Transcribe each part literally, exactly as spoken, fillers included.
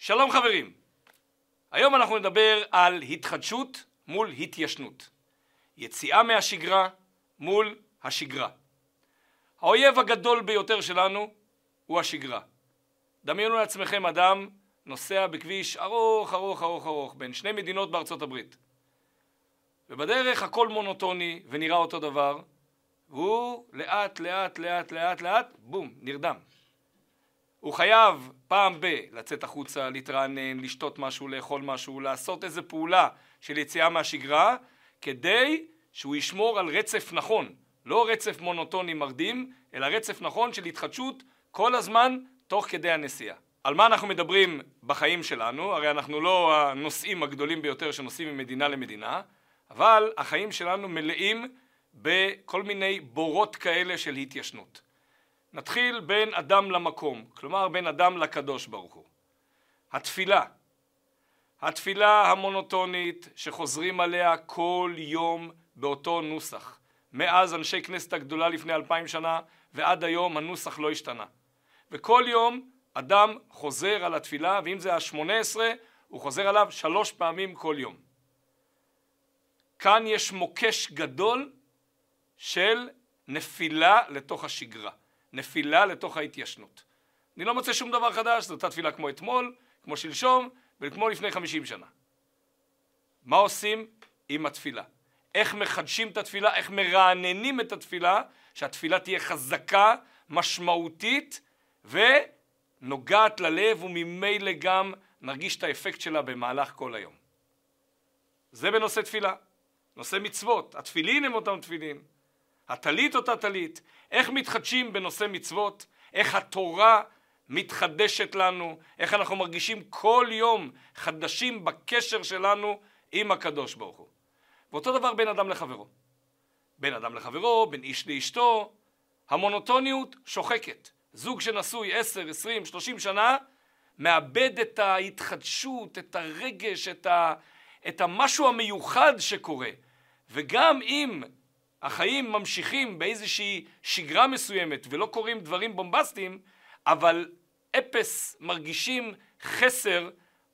שלום חברים, היום אנחנו נדבר על התחדשות מול התיישנות, יציאה מהשגרה מול השגרה. האויב הגדול ביותר שלנו הוא השגרה. דמיינו לעצמכם אדם נוסע בכביש ארוך ארוך ארוך ארוך בין שני מדינות בארצות הברית, ובדרך הכל מונוטוני ונראה אותו דבר, והוא לאט לאט לאט לאט לאט בום נרדם. הוא חייב פעם ב לצאת החוצה, להתרענן, לשתות משהו, לאכול משהו, לעשות איזו פעולה של יציאה מהשגרה, כדי שהוא ישמור על רצף נכון, לא רצף מונוטוני מרדים, אלא רצף נכון של התחדשות כל הזמן תוך כדי הנסיעה. על מה אנחנו מדברים בחיים שלנו? הרי אנחנו לא הנושאים הגדולים ביותר שנוסעים ממדינה למדינה, אבל החיים שלנו מלאים בכל מיני בורות כאלה של התיישנות. נתחיל בין אדם למקום, כלומר בין אדם לקדוש ברוך הוא. התפילה, התפילה המונוטונית שחוזרים עליה כל יום באותו נוסח. מאז אנשי כנסת הגדולה לפני אלפיים שנה ועד היום הנוסח לא השתנה. וכל יום אדם חוזר על התפילה, ואם זה ה-שמונה עשרה הוא חוזר עליו שלוש פעמים כל יום. כאן יש מוקש גדול של נפילה לתוך השגרה. נפילה לתוך ההתיישנות. אני לא מוצא שום דבר חדש, זאת התפילה כמו אתמול, כמו שלשום, וכמו לפני חמישים שנה. מה עושים עם התפילה? איך מחדשים את התפילה? איך מרעננים את התפילה? שהתפילה תהיה חזקה, משמעותית, ונוגעת ללב, וממילא גם נרגיש את האפקט שלה במהלך כל היום. זה בנושא תפילה. נושא מצוות. התפילין הם אותם תפילין. הטלית אותה טלית. איך מתחדשים בנושא מצוות, איך התורה מתחדשת לנו, איך אנחנו מרגישים כל יום חדשים בקשר שלנו עם הקדוש ברוך הוא. ואותו דבר בין אדם לחברו. בין אדם לחברו, בין איש לאשתו, המונוטוניות שוחקת. זוג שנשוי עשר, עשרים, שלושים שנה, מאבד את ההתחדשות, את הרגש, את, ה, את המשהו המיוחד שקורה. וגם אם החיים ממשיכים באיזושהי שגרה מסוימת ולא קוראים דברים בומבסטיים, אבל אפס מרגישים חסר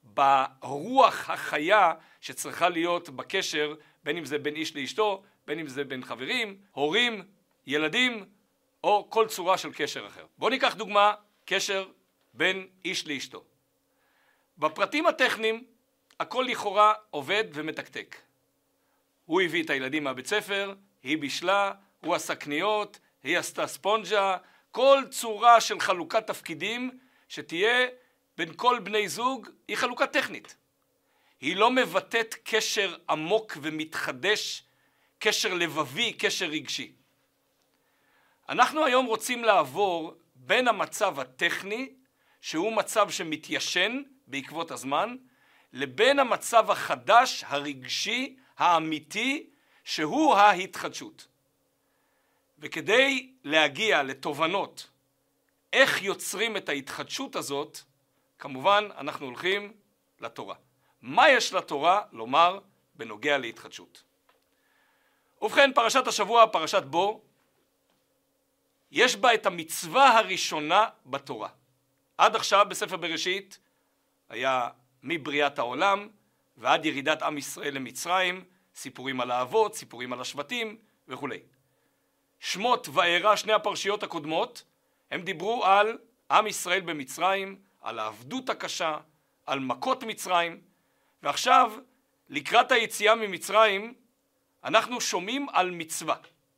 ברוח החיה שצריכה להיות בקשר, בין אם זה בין איש לאשתו, בין אם זה בין חברים, הורים, ילדים, או כל צורה של קשר אחר. בואו ניקח דוגמה, קשר בין איש לאשתו. בפרטים הטכניים, הכל לכאורה עובד ומתקתק. הוא הביא את הילדים מהבית ספר, היא בישלה, הוא עשה קניות, היא עשתה ספונג'ה, כל צורה של חלוקת תפקידים שתהיה בין כל בני זוג היא חלוקה טכנית. היא לא מבטאת קשר עמוק ומתחדש, קשר לבבי, קשר רגשי. אנחנו היום רוצים לעבור בין המצב הטכני, שהוא מצב שמתיישן בעקבות הזמן, לבין המצב החדש, הרגשי, האמיתי, שהוא ההתחדשות. וכדי להגיע לתובנות איך יוצרים את ההתחדשות הזאת, כמובן אנחנו הולכים לתורה. מה יש לתורה לומר בנוגע להתחדשות? ובכן, פרשת השבוע, פרשת בו, יש בה את המצווה הראשונה בתורה. עד עכשיו בספר בראשית היה מבריאת העולם ועד ירידת עם ישראל למצרים, סיפורים על האבות, סיפורים על השבטים וכו'. שמות וארא, שני הפרשיות הקודמות, הם דיברו על עם ישראל במצרים, על העבדות הקשה, על מכות מצרים, ועכשיו לקראת היציאה ממצרים אנחנו שומעים על מצווה.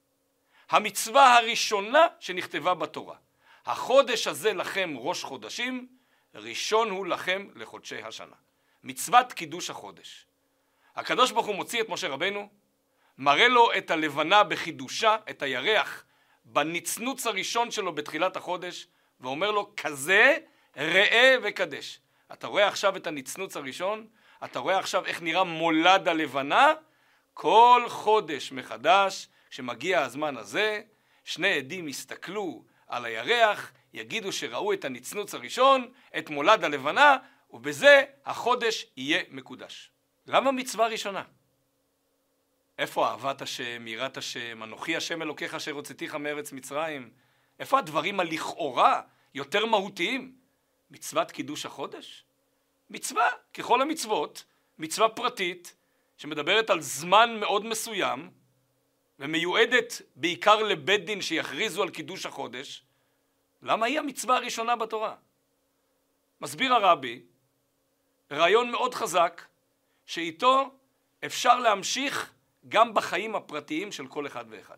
המצווה הראשונה שנכתבה בתורה. החודש הזה לכם ראש חודשים, ראשון הוא לכם לחודשי השנה. מצוות קידוש החודש. הקדוש ברוך הוא מוציא את משה רבנו, מראה לו את הלבנה בחידושה, את הירח, בנצנוץ הראשון שלו בתחילת החודש, ואומר לו, כזה ראה וקדש. אתה רואה עכשיו את הנצנוץ הראשון, אתה רואה עכשיו איך נראה מולד הלבנה, כל חודש מחדש, כשמגיע הזמן הזה, שני עדים יסתכלו על הירח, יגידו שראו את הנצנוץ הראשון, את מולד הלבנה, ובזה החודש יהיה מקודש. למה מצווה ראשונה? איפה אהבת השם, יראת השם, אנוכי השם אלוקיך אשר הוצאתיך מארץ מצרים? איפה הדברים הלכאורה יותר מהותיים? מצוות קידוש החודש? מצווה, ככל המצוות, מצווה פרטית, שמדברת על זמן מאוד מסוים, ומיועדת בעיקר לבית דין שיכריזו על קידוש החודש. למה היא המצווה הראשונה בתורה? מסביר הרבי, רעיון מאוד חזק, שאיתו אפשר להמשיך גם בחיים הפרטיים של כל אחד ואחד.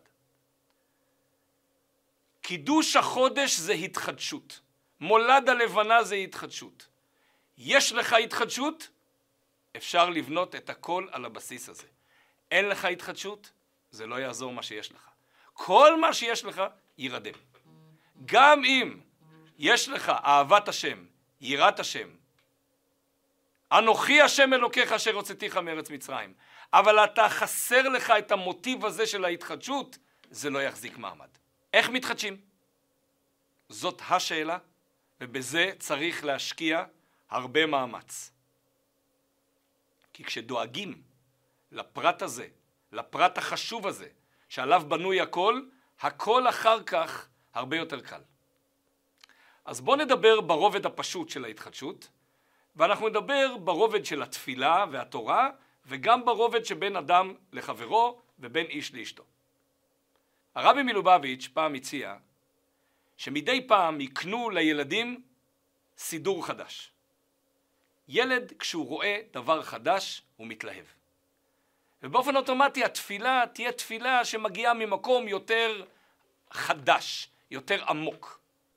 קידוש החודש זה התחדשות. מולד הלבנה זה התחדשות. יש לך התחדשות, אפשר לבנות את הכל על הבסיס הזה. אין לך התחדשות, זה לא יעזור מה שיש לך. כל מה שיש לך ירדם. גם אם יש לך אהבת השם, יראת השם, אנוכי השם אלוקיך אשר הוצאתיך מארץ מצרים, אבל אתה חסר לך את המוטיב הזה של ההתחדשות, זה לא יחזיק מעמד. איך מתחדשים? זאת השאלה, ובזה צריך להשקיע הרבה מאמץ. כי כשדואגים לפרט הזה, לפרט החשוב הזה, שעליו בנוי הכל, הכל אחר כך הרבה יותר קל. אז בואו נדבר ברובד הפשוט של ההתחדשות, ואנחנו נדבר ברובד של התפילה והתורה, וגם ברובד שבין אדם לחברו ובין איש לאשתו. הרבי מלובביץ' פעם הציע שמדי פעם יקנו לילדים סידור חדש. ילד כשהוא רואה דבר חדש הוא מתלהב. ובאופן אוטומטי התפילה תהיה תפילה שמגיעה ממקום יותר חדש, יותר עמוק.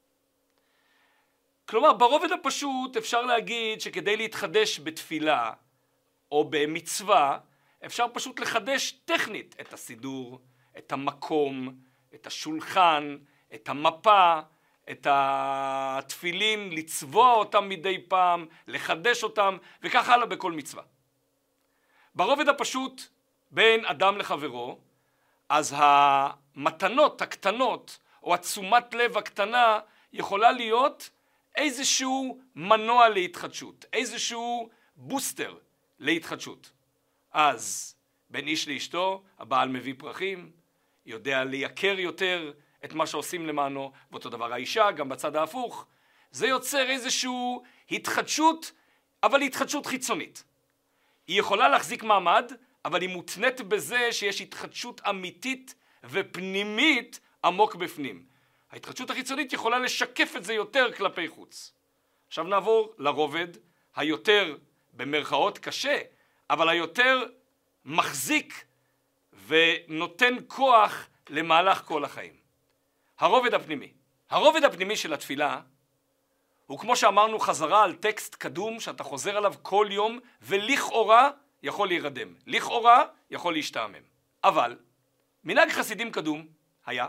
כלומר, ברובד הפשוט אפשר להגיד שכדי להתחדש בתפילה או במצווה, אפשר פשוט לחדש טכנית את הסידור, את המקום, את השולחן, את המפה, את התפילין, לצבוע אותם מדי פעם, לחדש אותם, וכך הלאה בכל מצווה. ברובד הפשוט בין אדם לחברו, אז המתנות הקטנות או התשומת לב הקטנה יכולה להיות איזשהו מנוע להתחדשות, איזשהו בוסטר להתחדשות. אז בין איש לאשתו, הבעל מביא פרחים, יודע לייקר יותר את מה שעושים למענו, ואותו דבר האישה, גם בצד ההפוך. זה יוצר איזשהו התחדשות, אבל התחדשות חיצונית. היא יכולה להחזיק מעמד, אבל היא מותנית בזה שיש התחדשות אמיתית ופנימית עמוק בפנים. ההתחדשות החיצונית יכולה לשקף את זה יותר כלפי חוץ. עכשיו נעבור לרובד היותר במרכאות קשה, אבל היותר מחזיק ונותן כוח למהלך כל החיים. הרובד הפנימי. הרובד הפנימי של התפילה הוא כמו שאמרנו חזרה על טקסט קדום שאתה חוזר עליו כל יום ולכאורה יכול להירדם. לכאורה יכול להשתעמם. אבל מנהג חסידים קדום היה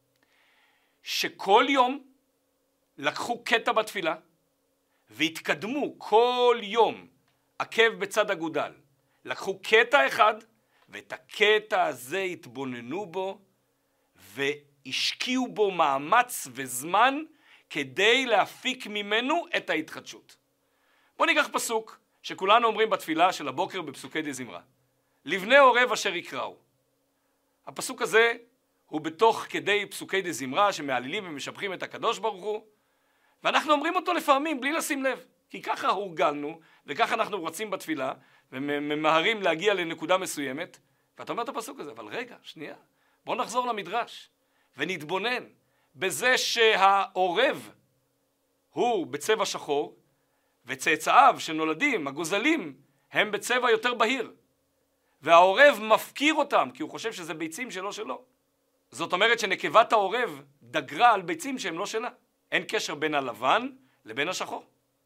שכל יום לקחו קטע בתפילה והתקדמו כל יום עקב בצד אגודל. לקחו קטע אחד ואת הקטע הזה התבוננו בו והשקיעו בו מאמץ וזמן כדי להפיק ממנו את ההתחדשות. בואו ניקח פסוק שכולנו אומרים בתפילה של הבוקר בפסוקי דזמרה. לבני עורב אשר יקראו. הפסוק הזה הוא בתוך כדי פסוקי דזמרה שמעלילים ומשבחים את הקדוש ברוך הוא, ואנחנו אומרים אותו לפעמים בלי לשים לב, כי ככה הורגלנו וככה אנחנו רצים בתפילה וממהרים להגיע לנקודה מסוימת, ואתה אומר את הפסוק הזה, אבל רגע, שנייה, בואו נחזור למדרש ונתבונן בזה שהעורב הוא בצבע שחור וצאצאיו שנולדים, הגוזלים, הם בצבע יותר בהיר, והעורב מפקיר אותם כי הוא חושב שזה ביצים שלו שלו. זאת אומרת שנקבת העורב דגרה על ביצים שהם לא שלה. אין קשר בין הלבן לבין השחור.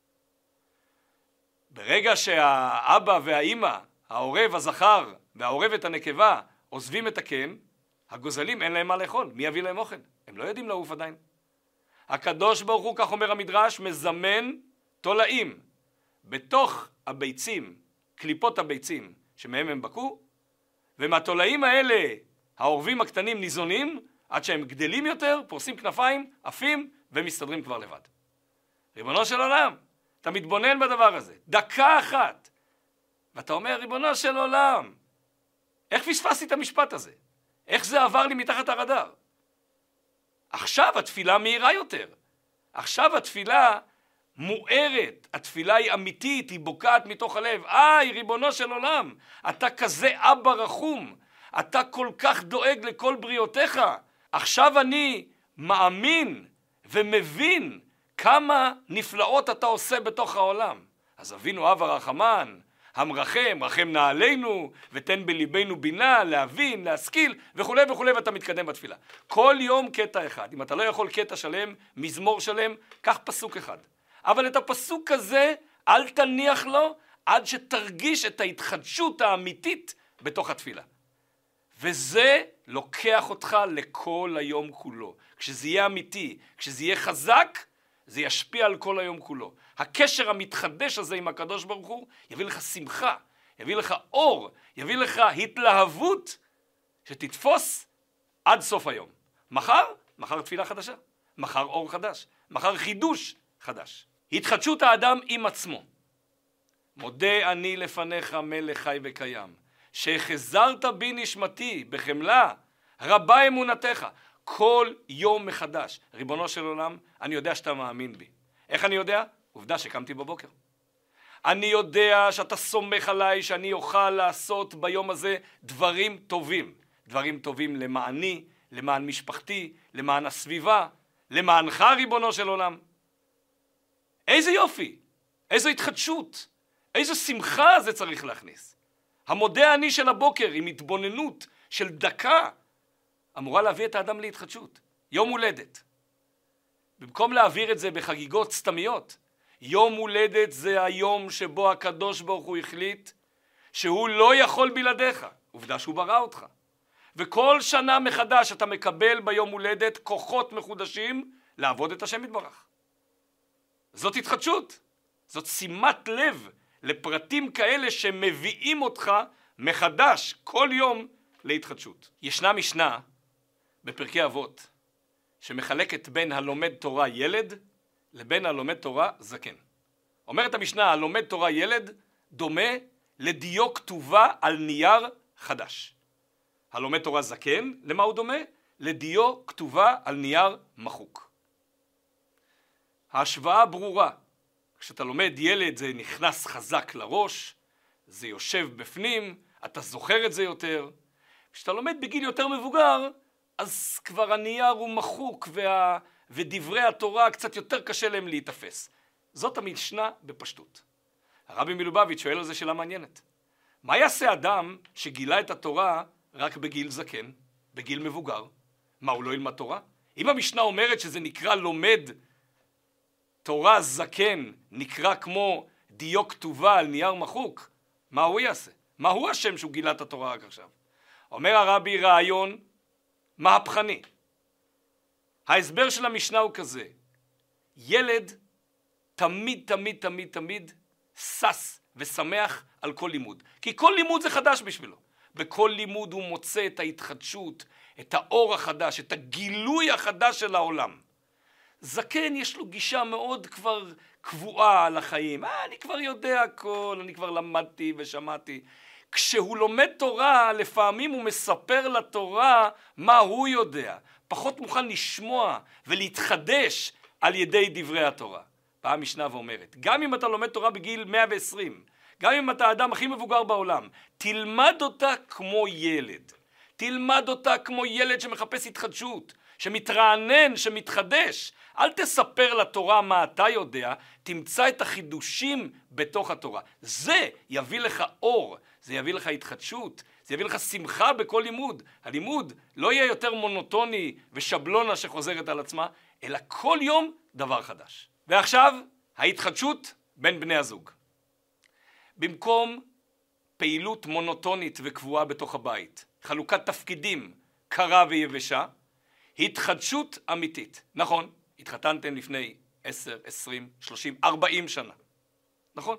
ברגע שהאבא והאימא, העורב הזכר והעורבת הנקבה עוזבים את הקן, הגוזלים אין להם מה לאכול. מי יביא להם אוכל? הם לא יודעים לעוף עדיין. הקדוש ברוך הוא, כך אומר המדרש, מזמן תולעים בתוך הביצים, קליפות הביצים שמהם הם בקו, ומהתולעים האלה העורבים הקטנים ניזונים עד שהם גדלים יותר, פורסים כנפיים, עפים ומסתדרים כבר לבד. ריבונו של עולם, אתה מתבונן בדבר הזה, דקה אחת, ואתה אומר, ריבונו של עולם, איך פספסתי את המשפט הזה? איך זה עבר לי מתחת הרדאר? עכשיו התפילה מהירה יותר. עכשיו התפילה מוארת, התפילה היא אמיתית, היא בוקעת מתוך הלב. איי, ריבונו של עולם, אתה כזה אבא רחום, אתה כל כך דואג לכל בריאותיך. עכשיו אני מאמין ומבין כמה נפלאות אתה עושה בתוך העולם. אז אבינו אב הרחמן, המרחם, רחם נא עלינו, ותן בליבנו בינה, להבין, להשכיל, וכו' וכו', ואתה מתקדם בתפילה. כל יום קטע אחד. אם אתה לא יכול קטע שלם, מזמור שלם, קח פסוק אחד. אבל את הפסוק הזה, אל תניח לו, עד שתרגיש את ההתחדשות האמיתית בתוך התפילה. וזה לוקח אותך לכל היום כולו. כשזה יהיה אמיתי, כשזה יהיה חזק, זה ישפיע על כל היום כולו. הקשר המתחדש הזה עם הקדוש ברוך הוא יביא לך שמחה, יביא לך אור, יביא לך התלהבות שתתפוס עד סוף היום. מחר, מחר תפילה חדשה, מחר אור חדש, מחר חידוש חדש. התחדשות האדם עם עצמו. מודה אני לפניך מלך חי וקיים, שהחזרת בי נשמתי בחמלה, רבה אמונתך. כל יום מחדש. ריבונו של עולם, אני יודע שאתה מאמין בי. איך אני יודע? עובדה שקמתי בבוקר. אני יודע שאתה סומך עליי שאני אוכל לעשות ביום הזה דברים טובים. דברים טובים למעני, למען משפחתי, למען הסביבה, למענך ריבונו של עולם. איזה יופי, איזו התחדשות, איזו שמחה זה צריך להכניס. המודה אני של הבוקר עם התבוננות של דקה, אמורה להביא את האדם להתחדשות. יום הולדת. במקום להעביר את זה בחגיגות סתמיות, יום הולדת זה היום שבו הקדוש ברוך הוא החליט שהוא לא יכול בלעדיך. עובדה שהוא ברא אותך. וכל שנה מחדש אתה מקבל ביום הולדת כוחות מחודשים לעבוד את השם יתברך. זאת התחדשות. זאת שימת לב לפרטים כאלה שמביאים אותך מחדש כל יום להתחדשות. ישנה משנה בפרקי אבות שמחלקת בין הלומד תורה ילד לבין הלומד תורה זקן. אומרת המשנה, הלומד תורה ילד דומה לדיו כתובה על נייר חדש. הלומד תורה זקן, למה הוא דומה? לדיו כתובה על נייר מחוק. ההשוואה ברורה. כשאתה לומד ילד זה נכנס חזק לראש, זה יושב בפנים, אתה זוכר את זה יותר. כשאתה לומד בגיל יותר מבוגר, אז כבר הנייר הוא מחוק וה... ודברי התורה קצת יותר קשה להם להתאפס. זאת המשנה בפשטות. הרבי מלובביץ' שואל על זה שאלה מעניינת. מה יעשה אדם שגילה את התורה רק בגיל זקן, בגיל מבוגר? מה, הוא לא ילמד תורה? אם המשנה אומרת שזה נקרא לומד תורה זקן, נקרא כמו דיו כתובה על נייר מחוק, מה הוא יעשה? מה הוא השם שהוא גילה את התורה רק עכשיו? אומר הרבי רעיון מהפכני. ההסבר של המשנה הוא כזה, ילד תמיד תמיד תמיד תמיד סס ושמח על כל לימוד, כי כל לימוד זה חדש בשבילו. בכל לימוד הוא מוצא את ההתחדשות, את האור החדש, את הגילוי החדש של העולם. זקן יש לו גישה מאוד כבר קבועה על החיים, אה, אני כבר יודע הכל, אני כבר למדתי ושמעתי. כשהוא לומד תורה, לפעמים הוא מספר לתורה מה הוא יודע. פחות מוכן לשמוע ולהתחדש על ידי דברי התורה. פעם משנה ואומרת, גם אם אתה לומד תורה בגיל מאה ועשרים, גם אם אתה האדם הכי מבוגר בעולם, תלמד אותה כמו ילד. תלמד אותה כמו ילד שמחפש התחדשות, שמתרענן, שמתחדש. אל תספר לתורה מה אתה יודע, תמצא את החידושים בתוך התורה. זה יביא לך אור, זה יביא לך התחדשות, זה יביא לך שמחה בכל לימוד. הלימוד לא יהיה יותר מונוטוני ושבלונה שחוזרת על עצמה, אלא כל יום דבר חדש. ועכשיו, ההתחדשות בין בני הזוג. במקום פעילות מונוטונית וקבועה בתוך הבית, חלוקת תפקידים קרה ויבשה, התחדשות אמיתית. נכון, התחתנתם לפני עשר, עשרים, שלושים, ארבעים שנה. נכון?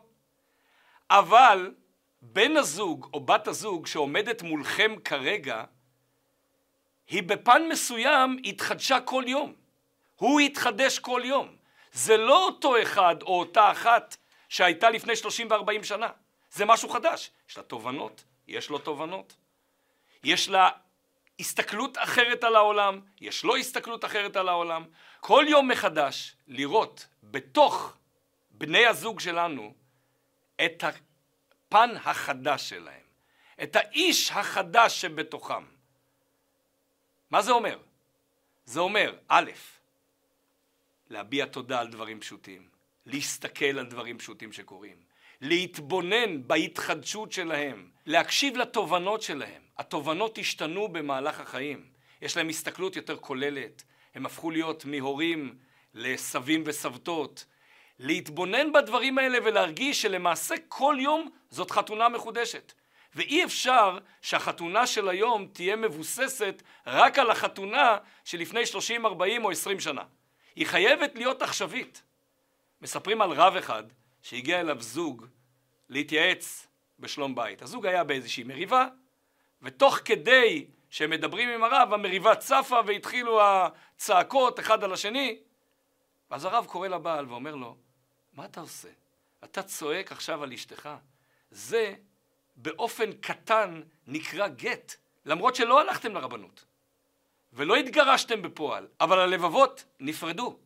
אבל בן הזוג או בת הזוג שעומדת מולכם כרגע, היא בפן מסוים התחדשה כל יום. הוא התחדש כל יום. זה לא אותו אחד או אותה אחת שהייתה לפני שלושים וארבעים שנה. זה משהו חדש. יש לה תובנות, יש לו תובנות. יש לה הסתכלות אחרת על העולם, יש לו הסתכלות אחרת על העולם. כל יום מחדש לראות בתוך בני הזוג שלנו את הפן החדש שלהם, את האיש החדש שבתוכם. מה זה אומר? זה אומר, א', להביע תודה על דברים פשוטים, להסתכל על דברים פשוטים שקורים, להתבונן בהתחדשות שלהם, להקשיב לתובנות שלהם. התובנות השתנו במהלך החיים, יש להם הסתכלות יותר כוללת, הם הפכו להיות מהורים לסבים וסבתות, להתבונן בדברים האלה ולהרגיש שלמעשה כל יום זאת חתונה מחודשת. ואי אפשר שהחתונה של היום תהיה מבוססת רק על החתונה שלפני שלושים, ארבעים או עשרים שנה. היא חייבת להיות עכשווית. מספרים על רב אחד שהגיע אליו זוג להתייעץ בשלום בית. הזוג היה באיזושהי מריבה, ותוך כדי שהם מדברים עם הרב, המריבה צפה והתחילו הצעקות אחד על השני. ואז הרב קורא לבעל ואומר לו, מה אתה עושה? אתה צועק עכשיו על אשתך. זה באופן קטן נקרא גט, למרות שלא הלכתם לרבנות. ולא התגרשתם בפועל, אבל הלבבות נפרדו.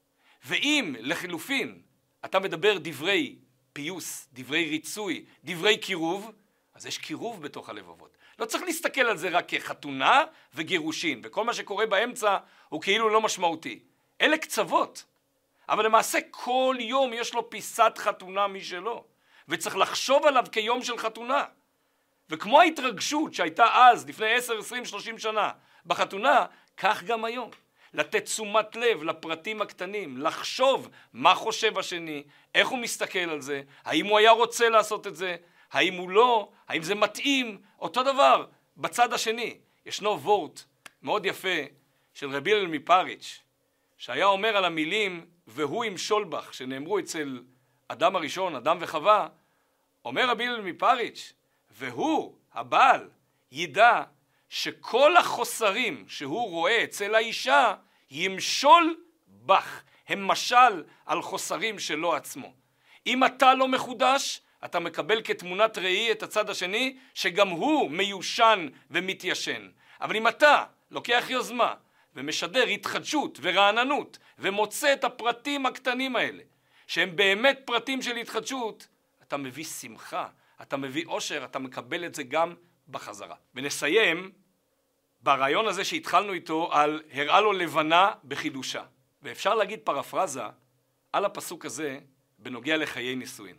ואם לחילופין אתה מדבר דברי פיוס, דברי ריצוי, דברי קירוב, אז יש קירוב בתוך הלבבות. לא צריך להסתכל על זה רק כחתונה וגירושין, וכל מה שקורה באמצע הוא כאילו לא משמעותי. אלה קצוות, אבל למעשה כל יום יש לו פיסת חתונה משלו, וצריך לחשוב עליו כיום של חתונה. וכמו ההתרגשות שהייתה אז, לפני עשר, עשרים, שלושים שנה, בחתונה, כך גם היום. לתת תשומת לב לפרטים הקטנים, לחשוב מה חושב השני, איך הוא מסתכל על זה, האם הוא היה רוצה לעשות את זה, האם הוא לא, האם זה מתאים, אותו דבר בצד השני. ישנו וורט מאוד יפה של רבי הלל מפריץ', שהיה אומר על המילים והוא עם שולבך, שנאמרו אצל אדם הראשון, אדם וחווה, אומר רבי הלל מפריץ', והוא, הבעל, ידע שכל החוסרים שהוא רואה אצל האישה ימשול בך, הם משל על חוסרים שלו עצמו. אם אתה לא מחודש, אתה מקבל כתמונת ראי את הצד השני, שגם הוא מיושן ומתיישן. אבל אם אתה לוקח יוזמה ומשדר התחדשות ורעננות, ומוצא את הפרטים הקטנים האלה, שהם באמת פרטים של התחדשות, אתה מביא שמחה, אתה מביא אושר, אתה מקבל את זה גם בחזרה. ונסיים ברעיון הזה שהתחלנו איתו על הראה לו לבנה בחידושה. ואפשר להגיד פרפרזה על הפסוק הזה בנוגע לחיי נישואין.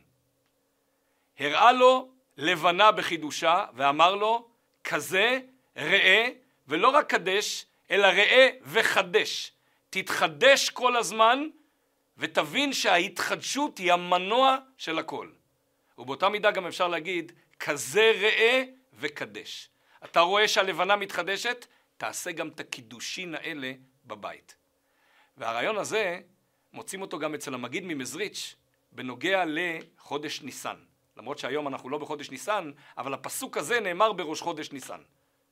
הראה לו לבנה בחידושה ואמר לו, כזה ראה, ולא רק קדש, אלא ראה וחדש. תתחדש כל הזמן ותבין שההתחדשות היא המנוע של הכל. ובאותה מידה גם אפשר להגיד, כזה ראה וקדש. אתה רואה שהלבנה מתחדשת, תעשה גם את הקידושין האלה בבית. והרעיון הזה, מוצאים אותו גם אצל המגיד ממזריץ' בנוגע לחודש ניסן. למרות שהיום אנחנו לא בחודש ניסן, אבל הפסוק הזה נאמר בראש חודש ניסן.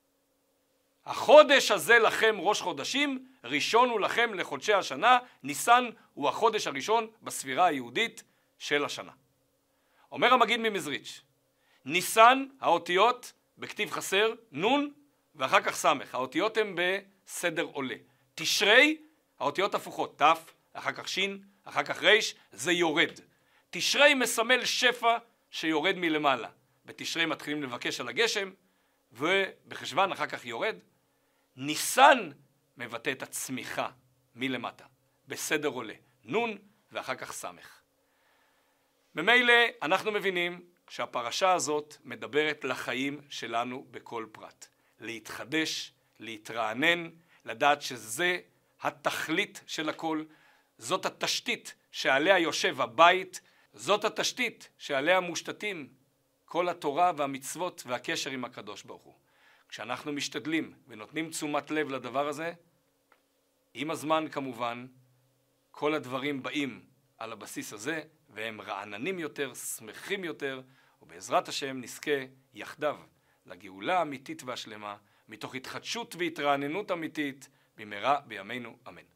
החודש הזה לכם ראש חודשים, ראשון הוא לכם לחודשי השנה, ניסן הוא החודש הראשון בספירה היהודית של השנה. אומר המגיד ממזריץ', ניסן, האותיות בכתיב חסר, נון ואחר כך סמך. האותיות הן בסדר עולה. תשרי, האותיות הפוכות, תף, אחר כך שין, אחר כך ריש, זה יורד. תשרי מסמל שפע שיורד מלמעלה. בתשרי מתחילים לבקש על הגשם, ובחשוון אחר כך יורד. ניסן מבטא את הצמיחה מלמטה, בסדר עולה, נון ואחר כך סמך. ממילא אנחנו מבינים שהפרשה הזאת מדברת לחיים שלנו בכל פרט. להתחדש, להתרענן, לדעת שזה התכלית של הכל, זאת התשתית שעליה יושב הבית, זאת התשתית שעליה מושתתים כל התורה והמצוות והקשר עם הקדוש ברוך הוא. כשאנחנו משתדלים ונותנים תשומת לב לדבר הזה, עם הזמן כמובן, כל הדברים באים על הבסיס הזה, והם רעננים יותר, שמחים יותר, ובעזרת השם נזכה יחדיו לגאולה האמיתית והשלמה, מתוך התחדשות והתרעננות אמיתית, במהרה בימינו אמן.